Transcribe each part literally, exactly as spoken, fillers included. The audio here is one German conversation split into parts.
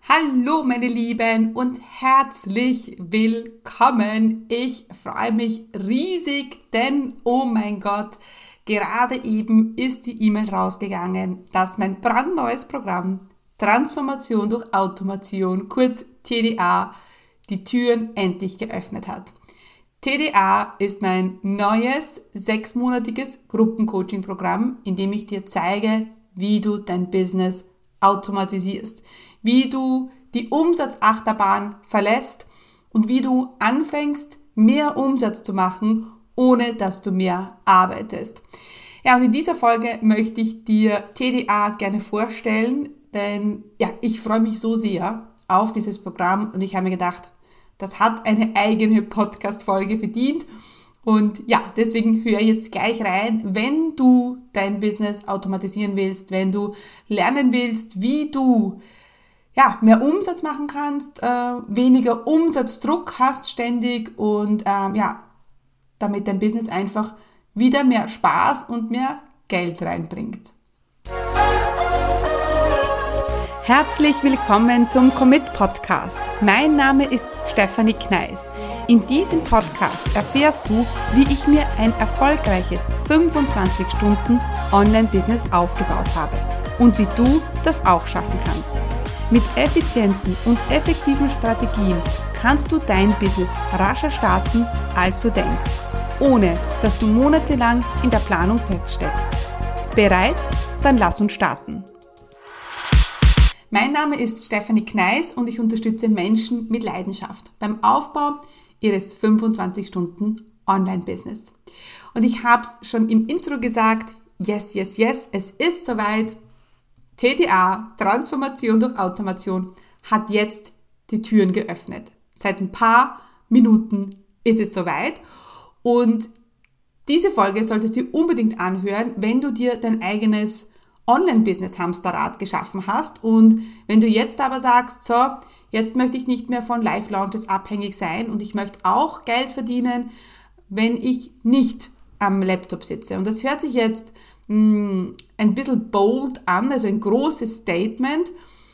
Hallo meine Lieben und herzlich willkommen. Ich freue mich riesig, denn oh mein Gott, gerade eben ist die E-Mail rausgegangen, dass mein brandneues Programm Transformation durch Automation, kurz T D A, die Türen endlich geöffnet hat. T D A ist mein neues sechsmonatiges Gruppencoaching-Programm, in dem ich dir zeige, wie du dein Business automatisierst, wie du die Umsatzachterbahn verlässt und wie du anfängst, mehr Umsatz zu machen, ohne dass du mehr arbeitest. Ja, und in dieser Folge möchte ich dir T D A gerne vorstellen, denn ja, ich freue mich so sehr auf dieses Programm und ich habe mir gedacht, das hat eine eigene Podcast-Folge verdient. Und ja, deswegen hör jetzt gleich rein, wenn du dein Business automatisieren willst, wenn du lernen willst, wie du ja, mehr Umsatz machen kannst, äh, weniger Umsatzdruck hast ständig und ähm, ja, damit dein Business einfach wieder mehr Spaß und mehr Geld reinbringt. Herzlich willkommen zum Commit Podcast. Mein Name ist Stefanie Kneis. In diesem Podcast erfährst du, wie ich mir ein erfolgreiches fünfundzwanzig Stunden Online-Business aufgebaut habe und wie du das auch schaffen kannst. Mit effizienten und effektiven Strategien kannst du dein Business rascher starten, als du denkst, ohne dass du monatelang in der Planung feststeckst. Bereit? Dann lass uns starten. Mein Name ist Stefanie Kneis und ich unterstütze Menschen mit Leidenschaft beim Aufbau ihres fünfundzwanzig Stunden Online-Business. Und ich habe es schon im Intro gesagt, yes, yes, yes, es ist soweit. T D A, Transformation durch Automation, hat jetzt die Türen geöffnet. Seit ein paar Minuten ist es soweit und diese Folge solltest du unbedingt anhören, wenn du dir dein eigenes Online-Business-Hamsterrad geschaffen hast und wenn du jetzt aber sagst, so, jetzt möchte ich nicht mehr von Live-Launches abhängig sein und ich möchte auch Geld verdienen, wenn ich nicht am Laptop sitze. Und das hört sich jetzt mh, ein bisschen bold an, also ein großes Statement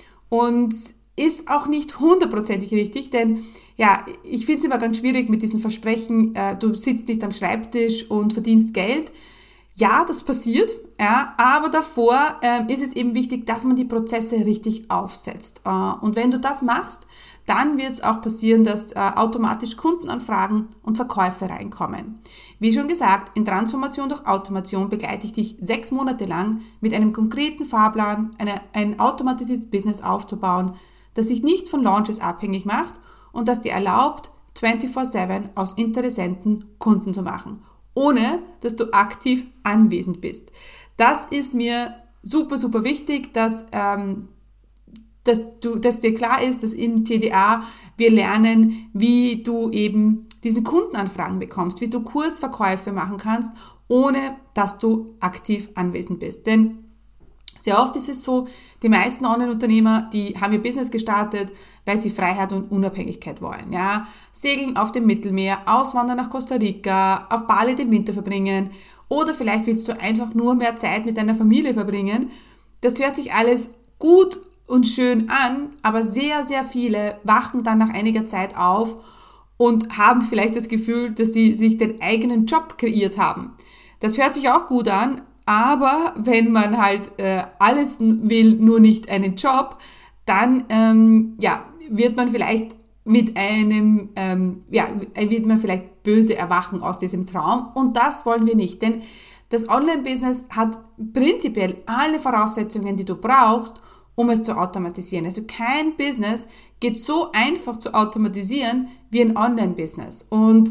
und ist auch nicht hundertprozentig richtig, denn ja, ich finde es immer ganz schwierig mit diesen Versprechen, äh, du sitzt nicht am Schreibtisch und verdienst Geld. Ja, das passiert, ja, aber davor ähm, ist es eben wichtig, dass man die Prozesse richtig aufsetzt. Äh, und wenn du das machst, dann wird es auch passieren, dass äh, automatisch Kundenanfragen und Verkäufe reinkommen. Wie schon gesagt, in Transformation durch Automation begleite ich dich sechs Monate lang mit einem konkreten Fahrplan, eine, ein automatisiertes Business aufzubauen, das sich nicht von Launches abhängig macht und das dir erlaubt, vierundzwanzig sieben aus Interessenten Kunden zu machen, ohne dass du aktiv anwesend bist. Das ist mir super, super wichtig, dass, ähm, dass, du, dass dir klar ist, dass in T D A wir lernen, wie du eben diese Kundenanfragen bekommst, wie du Kursverkäufe machen kannst, ohne dass du aktiv anwesend bist. Denn sehr oft ist es so, die meisten Online-Unternehmer, die haben ihr Business gestartet, weil sie Freiheit und Unabhängigkeit wollen. Ja? Segeln auf dem Mittelmeer, auswandern nach Costa Rica, auf Bali den Winter verbringen oder vielleicht willst du einfach nur mehr Zeit mit deiner Familie verbringen. Das hört sich alles gut und schön an, aber sehr, sehr viele wachen dann nach einiger Zeit auf und haben vielleicht das Gefühl, dass sie sich den eigenen Job kreiert haben. Das hört sich auch gut an, aber wenn man halt äh, alles will, nur nicht einen Job, dann ähm, ja, wird man vielleicht mit einem, ähm, ja, wird man vielleicht böse erwachen aus diesem Traum und das wollen wir nicht, denn das Online-Business hat prinzipiell alle Voraussetzungen, die du brauchst, um es zu automatisieren. Also kein Business geht so einfach zu automatisieren wie ein Online-Business und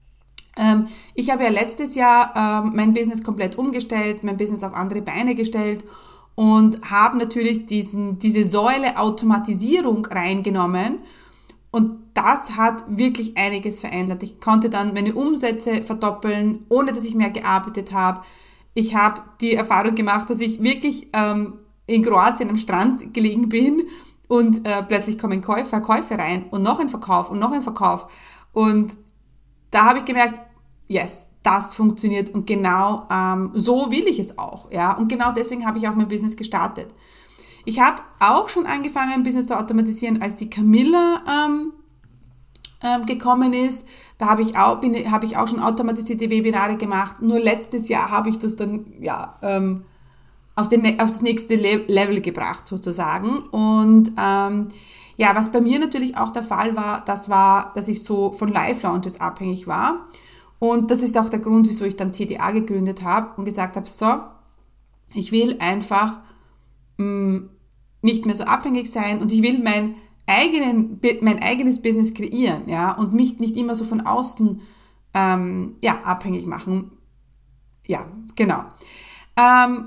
ich habe ja letztes Jahr ähm, mein Business komplett umgestellt, mein Business auf andere Beine gestellt und habe natürlich diesen, diese Säule Automatisierung reingenommen und das hat wirklich einiges verändert. Ich konnte dann meine Umsätze verdoppeln, ohne dass ich mehr gearbeitet habe. Ich habe die Erfahrung gemacht, dass ich wirklich ähm, in Kroatien am Strand gelegen bin und äh, plötzlich kommen Käufer, Verkäufe rein und noch ein Verkauf und noch ein Verkauf und da habe ich gemerkt, yes, das funktioniert und genau ähm, so will ich es auch. Ja? Und genau deswegen habe ich auch mein Business gestartet. Ich habe auch schon angefangen, ein Business zu automatisieren, als die Camilla ähm, ähm, gekommen ist. Da habe ich auch, bin, habe ich auch schon automatisierte Webinare gemacht. Nur letztes Jahr habe ich das dann, ja, ähm, auf, den, auf das nächste Le- Level gebracht sozusagen. Und ähm, ja, was bei mir natürlich auch der Fall war, das war, dass ich so von Live-Launches abhängig war. Und das ist auch der Grund, wieso ich dann T D A gegründet habe und gesagt habe, so, ich will einfach mh, nicht mehr so abhängig sein und ich will mein, eigenen, mein eigenes Business kreieren, ja, und mich nicht immer so von außen ähm, ja, abhängig machen. Ja, genau. Ähm,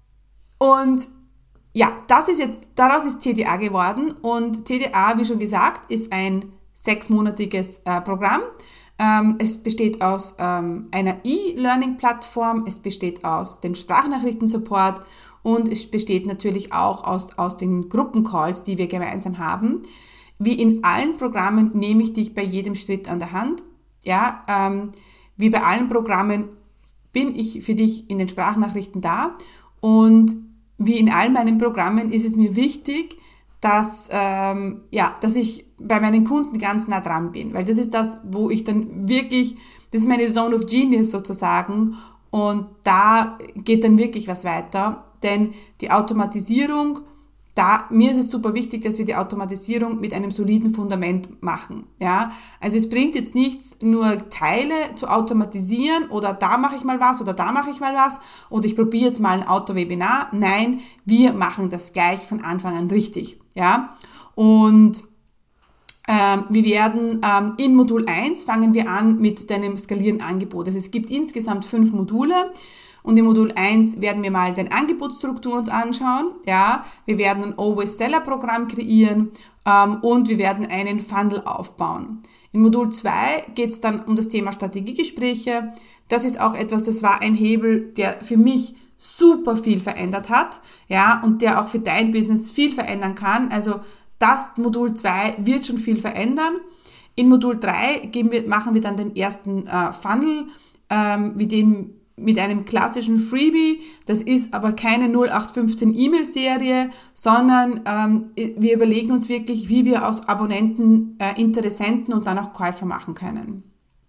und ja, das ist jetzt, daraus ist T D A geworden und T D A, wie schon gesagt, ist ein sechsmonatiges äh, Programm. Ähm, es besteht aus ähm, einer E-Learning-Plattform, es besteht aus dem Sprachnachrichtensupport und es besteht natürlich auch aus, aus den Gruppencalls, die wir gemeinsam haben. Wie in allen Programmen nehme ich dich bei jedem Schritt an der Hand. Ja, ähm, wie bei allen Programmen bin ich für dich in den Sprachnachrichten da und wie in all meinen Programmen ist es mir wichtig, dass, ähm, ja, dass ich bei meinen Kunden ganz nah dran bin, weil das ist das, wo ich dann wirklich, das ist meine Zone of Genius sozusagen und da geht dann wirklich was weiter, denn die Automatisierung, da, mir ist es super wichtig, dass wir die Automatisierung mit einem soliden Fundament machen. Ja? Also es bringt jetzt nichts, nur Teile zu automatisieren oder da mache ich mal was oder da mache ich mal was oder ich probiere jetzt mal ein Auto-Webinar. Nein, wir machen das gleich von Anfang an richtig. Ja? Und ähm, wir werden ähm, in Modul eins fangen wir an mit deinem Skalieren-Angebot. Also es gibt insgesamt fünf Module. Und in Modul eins werden wir mal den Angebotsstruktur uns anschauen. Ja, wir werden ein Always-Seller-Programm kreieren ähm, und wir werden einen Funnel aufbauen. In Modul zwei geht es dann um das Thema Strategiegespräche. Das ist auch etwas, das war ein Hebel, der für mich super viel verändert hat, ja, und der auch für dein Business viel verändern kann. Also das Modul zwei wird schon viel verändern. In Modul drei geben wir, machen wir dann den ersten äh, Funnel, ähm, wie den mit einem klassischen Freebie. Das ist aber keine null acht fünfzehn E-Mail-Serie, sondern ähm, wir überlegen uns wirklich, wie wir aus Abonnenten äh, Interessenten und dann auch Käufer machen können.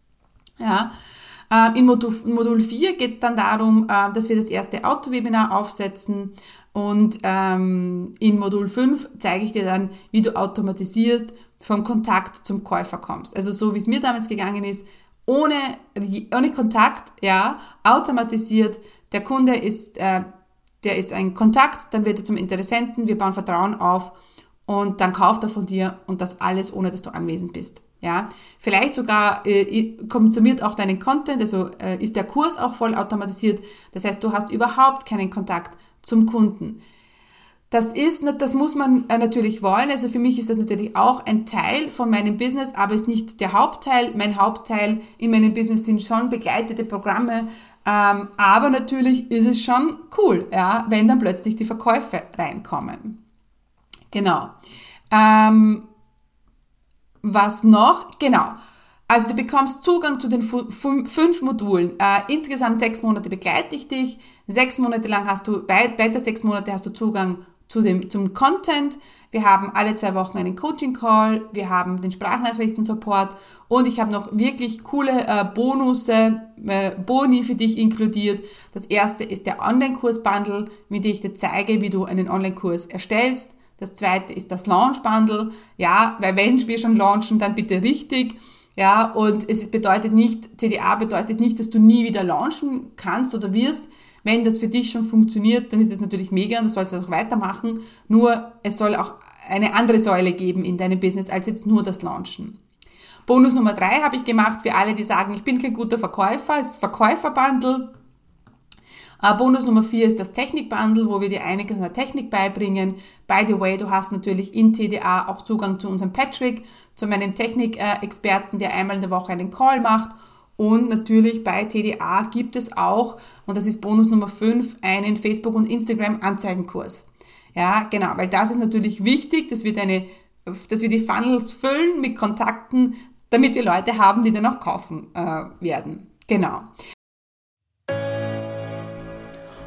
Ja. Äh, in Modul, Modul vier geht es dann darum, äh, dass wir das erste Auto-Webinar aufsetzen und ähm, in Modul fünf zeige ich dir dann, wie du automatisierst vom Kontakt zum Käufer kommst. Also so wie es mir damals gegangen ist, Ohne, ohne Kontakt, ja, automatisiert. Der Kunde ist, äh, der ist ein Kontakt, dann wird er zum Interessenten, wir bauen Vertrauen auf und dann kauft er von dir und das alles, ohne dass du anwesend bist. Ja, vielleicht sogar äh, konsumiert auch deinen Content, also äh, ist der Kurs auch voll automatisiert. Das heißt, du hast überhaupt keinen Kontakt zum Kunden. Das ist, das muss man natürlich wollen. Also für mich ist das natürlich auch ein Teil von meinem Business, aber ist nicht der Hauptteil. Mein Hauptteil in meinem Business sind schon begleitete Programme. Ähm, aber natürlich ist es schon cool, ja, wenn dann plötzlich die Verkäufe reinkommen. Genau. Ähm, was noch? Genau. Also du bekommst Zugang zu den fünf Modulen. Äh, insgesamt sechs Monate begleite ich dich. Sechs Monate lang hast du, weiter sechs Monate hast du Zugang zu dem, zum Content. Wir haben alle zwei Wochen einen Coaching-Call. Wir haben den Sprachnachrichten-Support. Und ich habe noch wirklich coole äh, Bonusse, äh, Boni für dich inkludiert. Das erste ist der Online-Kurs-Bundle, mit dem ich dir zeige, wie du einen Online-Kurs erstellst. Das zweite ist das Launch-Bundle. Ja, weil wenn wir schon launchen, dann bitte richtig. Ja, und es bedeutet nicht, T D A bedeutet nicht, dass du nie wieder launchen kannst oder wirst. Wenn das für dich schon funktioniert, dann ist es natürlich mega und du sollst es auch weitermachen. Nur, es soll auch eine andere Säule geben in deinem Business, als jetzt nur das Launchen. Bonus Nummer drei habe ich gemacht für alle, die sagen, ich bin kein guter Verkäufer, das Verkäufer-Bundle. Uh, Bonus Nummer vier ist das Technik-Bundle, wo wir dir einiges an der Technik beibringen. By the way, du hast natürlich in T D A auch Zugang zu unserem Patrick, zu meinem Technik-Experten, der einmal in der Woche einen Call macht. Und natürlich bei T D A gibt es auch, und das ist Bonus Nummer fünf, einen Facebook- und Instagram-Anzeigenkurs. Ja, genau, weil das ist natürlich wichtig, dass wir, deine, dass wir die Funnels füllen mit Kontakten, damit wir Leute haben, die dann auch kaufen äh, werden. Genau.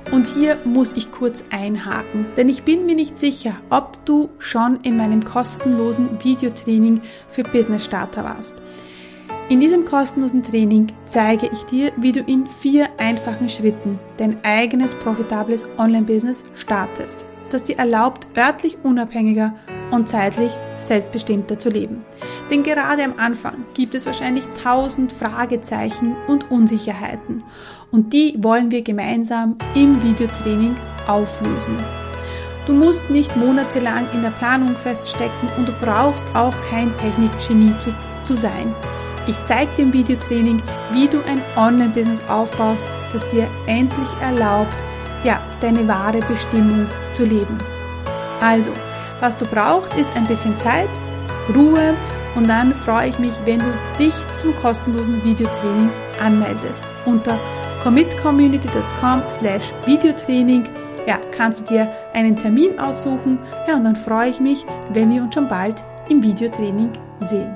Und hier muss ich kurz einhaken, denn ich bin mir nicht sicher, ob du schon in meinem kostenlosen Videotraining für Business Starter warst. In diesem kostenlosen Training zeige ich dir, wie du in vier einfachen Schritten dein eigenes profitables Online-Business startest, das dir erlaubt, örtlich unabhängiger und zeitlich selbstbestimmter zu leben. Denn gerade am Anfang gibt es wahrscheinlich tausend Fragezeichen und Unsicherheiten und die wollen wir gemeinsam im Videotraining auflösen. Du musst nicht monatelang in der Planung feststecken und du brauchst auch kein Technikgenie zu, zu sein. Ich zeige dir im Videotraining, wie du ein Online-Business aufbaust, das dir endlich erlaubt, ja, deine wahre Bestimmung zu leben. Also, was du brauchst, ist ein bisschen Zeit, Ruhe und dann freue ich mich, wenn du dich zum kostenlosen Videotraining anmeldest. Unter commitcommunity.com slash Videotraining ja, kannst du dir einen Termin aussuchen ja, und dann freue ich mich, wenn wir uns schon bald im Videotraining sehen.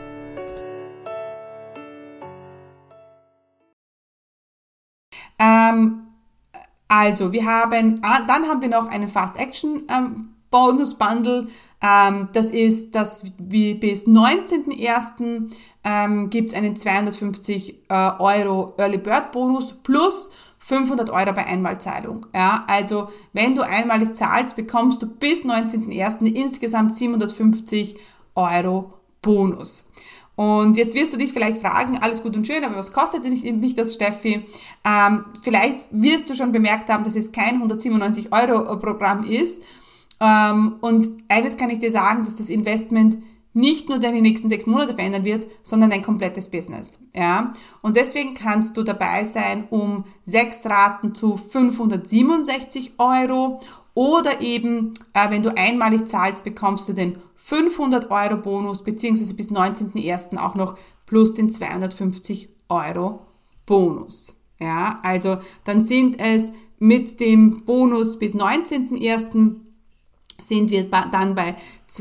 Ähm, also, wir haben, dann haben wir noch einen Fast Action ähm, Bonus Bundle. Ähm, das ist, dass wir bis neunzehnten ersten ähm, gibt es einen zweihundertfünfzig äh, Euro Early Bird Bonus plus fünfhundert Euro bei Einmalzahlung. Ja, also, wenn du einmalig zahlst, bekommst du bis neunzehnten ersten insgesamt siebenhundertfünfzig Euro Bonus. Und jetzt wirst du dich vielleicht fragen, alles gut und schön, aber was kostet denn mich das, Steffi? Ähm, vielleicht wirst du schon bemerkt haben, dass es kein hundertsiebenundneunzig Euro Programm ist. Ähm, und eines kann ich dir sagen, dass das Investment nicht nur deine nächsten sechs Monate verändern wird, sondern dein komplettes Business. Ja? Und deswegen kannst du dabei sein um sechs Raten zu fünfhundertsiebenundsechzig Euro. Oder eben, äh, wenn du einmalig zahlst, bekommst du den fünfhundert Euro Bonus, beziehungsweise bis neunzehnten ersten auch noch plus den zweihundertfünfzig Euro Bonus. Ja, also dann sind es mit dem Bonus bis neunzehnten ersten sind wir dann bei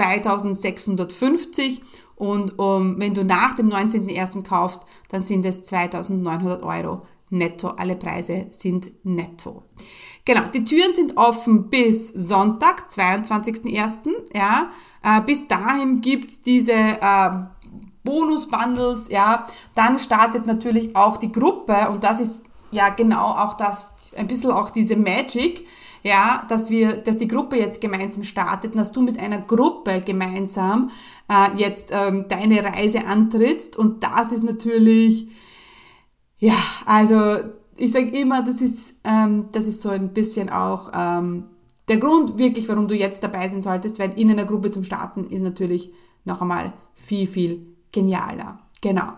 zweitausendsechshundertfünfzig und um, wenn du nach dem neunzehnten ersten kaufst, dann sind es zweitausendneunhundert Euro netto. Alle Preise sind netto. Genau, die Türen sind offen bis Sonntag, zweiundzwanzigsten ersten Ja, äh, bis dahin gibt's diese äh, Bonus-Bundles, ja. Dann startet natürlich auch die Gruppe und das ist ja genau auch das, ein bisschen auch diese Magic, ja, dass wir, dass die Gruppe jetzt gemeinsam startet und dass du mit einer Gruppe gemeinsam äh, jetzt ähm, deine Reise antrittst und das ist natürlich, ja, also ich sage immer, das ist, ähm, das ist so ein bisschen auch ähm, der Grund wirklich, warum du jetzt dabei sein solltest, weil in einer Gruppe zum Starten ist natürlich noch einmal viel, viel genialer. Genau.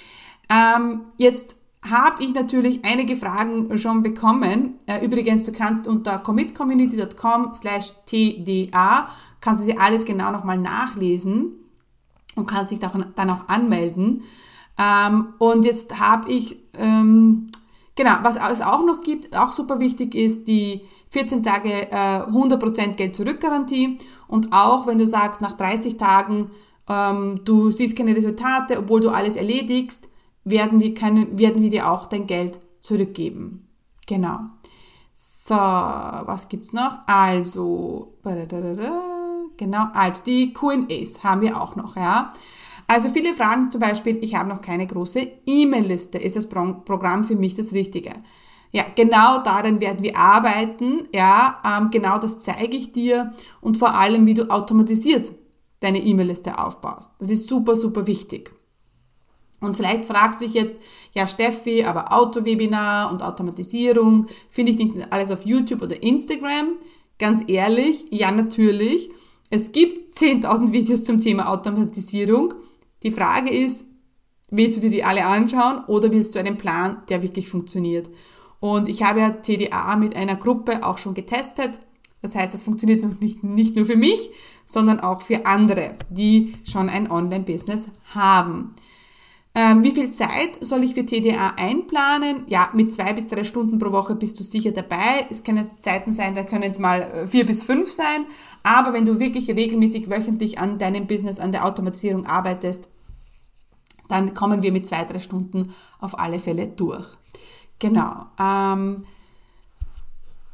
Ähm, jetzt habe ich natürlich einige Fragen schon bekommen. Äh, übrigens, du kannst unter commitcommunity.com slash tda kannst du sie alles genau nochmal nachlesen und kannst dich dann auch anmelden. Ähm, und jetzt habe ich... Ähm, Genau, was es auch noch gibt, auch super wichtig ist, die vierzehn Tage äh, hundert Prozent Geld-Zurück-Garantie und auch wenn du sagst, nach dreißig Tagen ähm, du siehst keine Resultate, obwohl du alles erledigst, werden wir, keine, werden wir dir auch dein Geld zurückgeben. Genau. So, was gibt's noch? Also, genau, also die Q and A's haben wir auch noch, ja. Also viele fragen zum Beispiel, ich habe noch keine große E-Mail-Liste. Ist das Programm für mich das Richtige? Ja, genau daran werden wir arbeiten. Ja, ähm, genau das zeige ich dir und vor allem, wie du automatisiert deine E-Mail-Liste aufbaust. Das ist super, super wichtig. Und vielleicht fragst du dich jetzt, ja Steffi, aber Auto-Webinar und Automatisierung, finde ich nicht alles auf YouTube oder Instagram? Ganz ehrlich, ja natürlich. Es gibt zehntausend Videos zum Thema Automatisierung. Die Frage ist, willst du dir die alle anschauen oder willst du einen Plan, der wirklich funktioniert? Und ich habe ja T D A mit einer Gruppe auch schon getestet. Das heißt, das funktioniert noch nicht, nicht nur für mich, sondern auch für andere, die schon ein Online-Business haben. Ähm, wie viel Zeit soll ich für T D A einplanen? Ja, mit zwei bis drei Stunden pro Woche bist du sicher dabei. Es können Zeiten sein, da können es mal vier bis fünf sein. Aber wenn du wirklich regelmäßig wöchentlich an deinem Business, an der Automatisierung arbeitest, dann kommen wir mit zwei, drei Stunden auf alle Fälle durch. Genau. Ähm,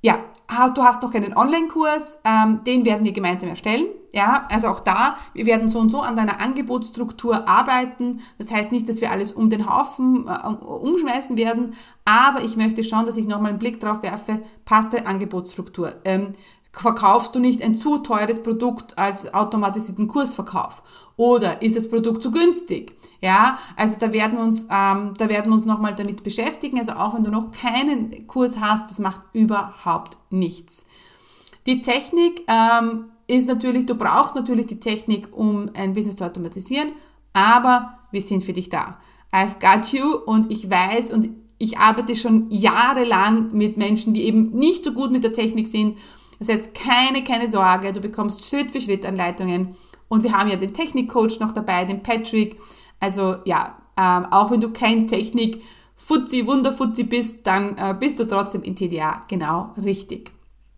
ja, du hast noch einen Online-Kurs, ähm, den werden wir gemeinsam erstellen. Ja, also auch da, wir werden so und so an deiner Angebotsstruktur arbeiten. Das heißt nicht, dass wir alles um den Haufen äh, umschmeißen werden, aber ich möchte schon, dass ich nochmal einen Blick drauf werfe, passt die Angebotsstruktur. Ähm, verkaufst du nicht ein zu teures Produkt als automatisierten Kursverkauf? Oder ist das Produkt zu günstig? Ja, also da werden wir uns, ähm, da werden wir uns nochmal damit beschäftigen. Also auch wenn du noch keinen Kurs hast, das macht überhaupt nichts. Die Technik ähm, ist natürlich, du brauchst natürlich die Technik, um ein Business zu automatisieren, aber wir sind für dich da. I've got you und ich weiß und ich arbeite schon jahrelang mit Menschen, die eben nicht so gut mit der Technik sind. Das heißt, keine, keine Sorge, du bekommst Schritt für Schritt Anleitungen. Und wir haben ja den Technikcoach noch dabei, den Patrick. Also ja, ähm, auch wenn du kein Technik-Fuzzi, Wunderfuzzi bist, dann äh, bist du trotzdem in T D A genau richtig.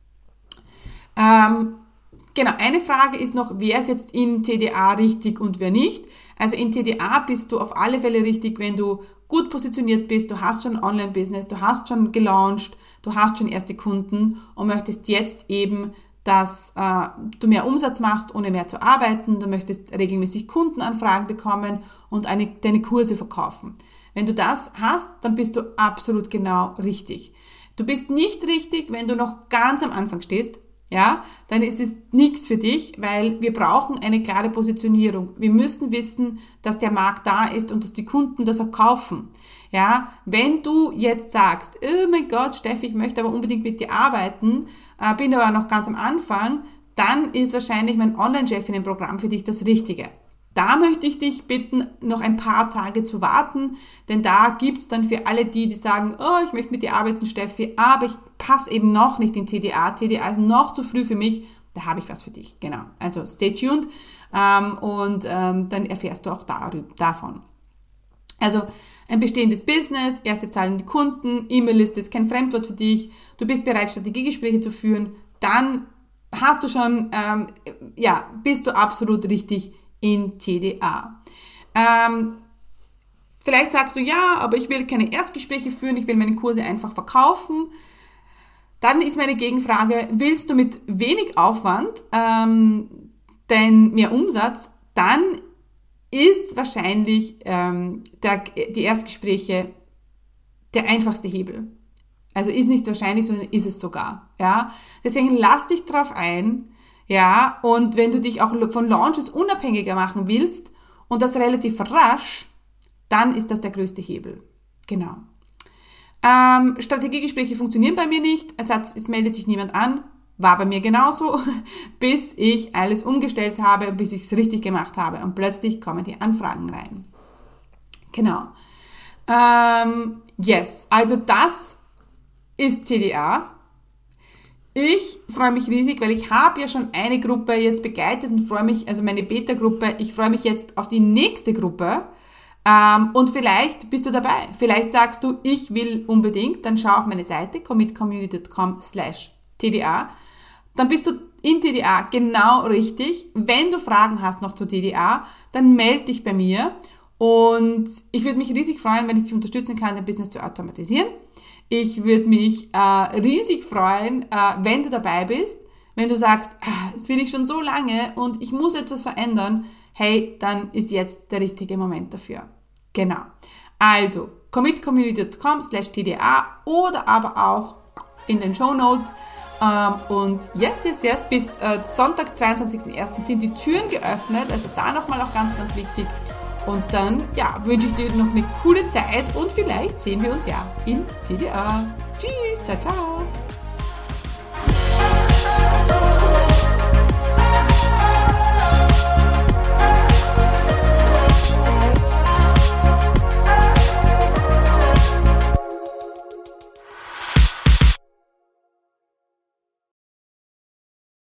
Ähm, genau, eine Frage ist noch, wer ist jetzt in T D A richtig und wer nicht? Also in T D A bist du auf alle Fälle richtig, wenn du gut positioniert bist, du hast schon ein Online-Business, du hast schon gelauncht, du hast schon erste Kunden und möchtest jetzt eben, dass äh, du mehr Umsatz machst, ohne mehr zu arbeiten, du möchtest regelmäßig Kundenanfragen bekommen und eine, deine Kurse verkaufen. Wenn du das hast, dann bist du absolut genau richtig. Du bist nicht richtig, wenn du noch ganz am Anfang stehst, ja, dann ist es nichts für dich, weil wir brauchen eine klare Positionierung. Wir müssen wissen, dass der Markt da ist und dass die Kunden das auch kaufen. Ja, wenn du jetzt sagst, oh mein Gott, Steffi, ich möchte aber unbedingt mit dir arbeiten, äh, bin aber noch ganz am Anfang, dann ist wahrscheinlich mein Online-Chefinnen-Programm für dich das Richtige. Da möchte ich dich bitten, noch ein paar Tage zu warten, denn da gibt's dann für alle die, die sagen, oh, ich möchte mit dir arbeiten, Steffi, aber ich passe eben noch nicht in T D A. T D A ist noch zu früh für mich, da habe ich was für dich. Genau, also stay tuned ähm, und ähm, dann erfährst du auch darüber, davon. Also ein bestehendes Business, erste zahlende Kunden, E-Mail-Liste ist kein Fremdwort für dich, du bist bereit, Strategiegespräche zu führen, dann hast du schon, ähm, ja, bist du absolut richtig in T D A. Ähm, vielleicht sagst du, ja, aber ich will keine Erstgespräche führen, ich will meine Kurse einfach verkaufen. Dann ist meine Gegenfrage, willst du mit wenig Aufwand ähm, denn mehr Umsatz, dann ist wahrscheinlich ähm, der, die Erstgespräche der einfachste Hebel. Also ist nicht wahrscheinlich, sondern ist es sogar. Ja? Deswegen lass dich drauf ein. Ja, und wenn du dich auch von Launches unabhängiger machen willst und das relativ rasch, dann ist das der größte Hebel. Genau. Ähm, Strategiegespräche funktionieren bei mir nicht. Ersatz, es meldet sich niemand an. War bei mir genauso, bis ich alles umgestellt habe und bis ich es richtig gemacht habe. Und plötzlich kommen die Anfragen rein. Genau. Ähm, yes, also das ist T D A. Ich freue mich riesig, weil ich habe ja schon eine Gruppe jetzt begleitet und freue mich, also meine Beta-Gruppe, ich freue mich jetzt auf die nächste Gruppe ähm, und vielleicht bist du dabei. Vielleicht sagst du, ich will unbedingt, dann schau auf meine Seite commitcommunity dot com slash T D A. Dann bist du in T D A genau richtig. Wenn du Fragen hast noch zu T D A, dann melde dich bei mir und ich würde mich riesig freuen, wenn ich dich unterstützen kann, dein Business zu automatisieren. Ich würde mich äh, riesig freuen, äh, wenn du dabei bist, wenn du sagst, ah, das will ich schon so lange und ich muss etwas verändern, hey, dann ist jetzt der richtige Moment dafür. Genau. Also, commitcommunity dot com slash T D A oder aber auch in den Shownotes. Ähm, und yes, yes, yes, bis äh, Sonntag, zweiundzwanzigsten ersten sind die Türen geöffnet, also da nochmal auch ganz, ganz wichtig. Und dann, ja, wünsche ich dir noch eine coole Zeit und vielleicht sehen wir uns ja in T D A. Tschüss, ciao, ciao.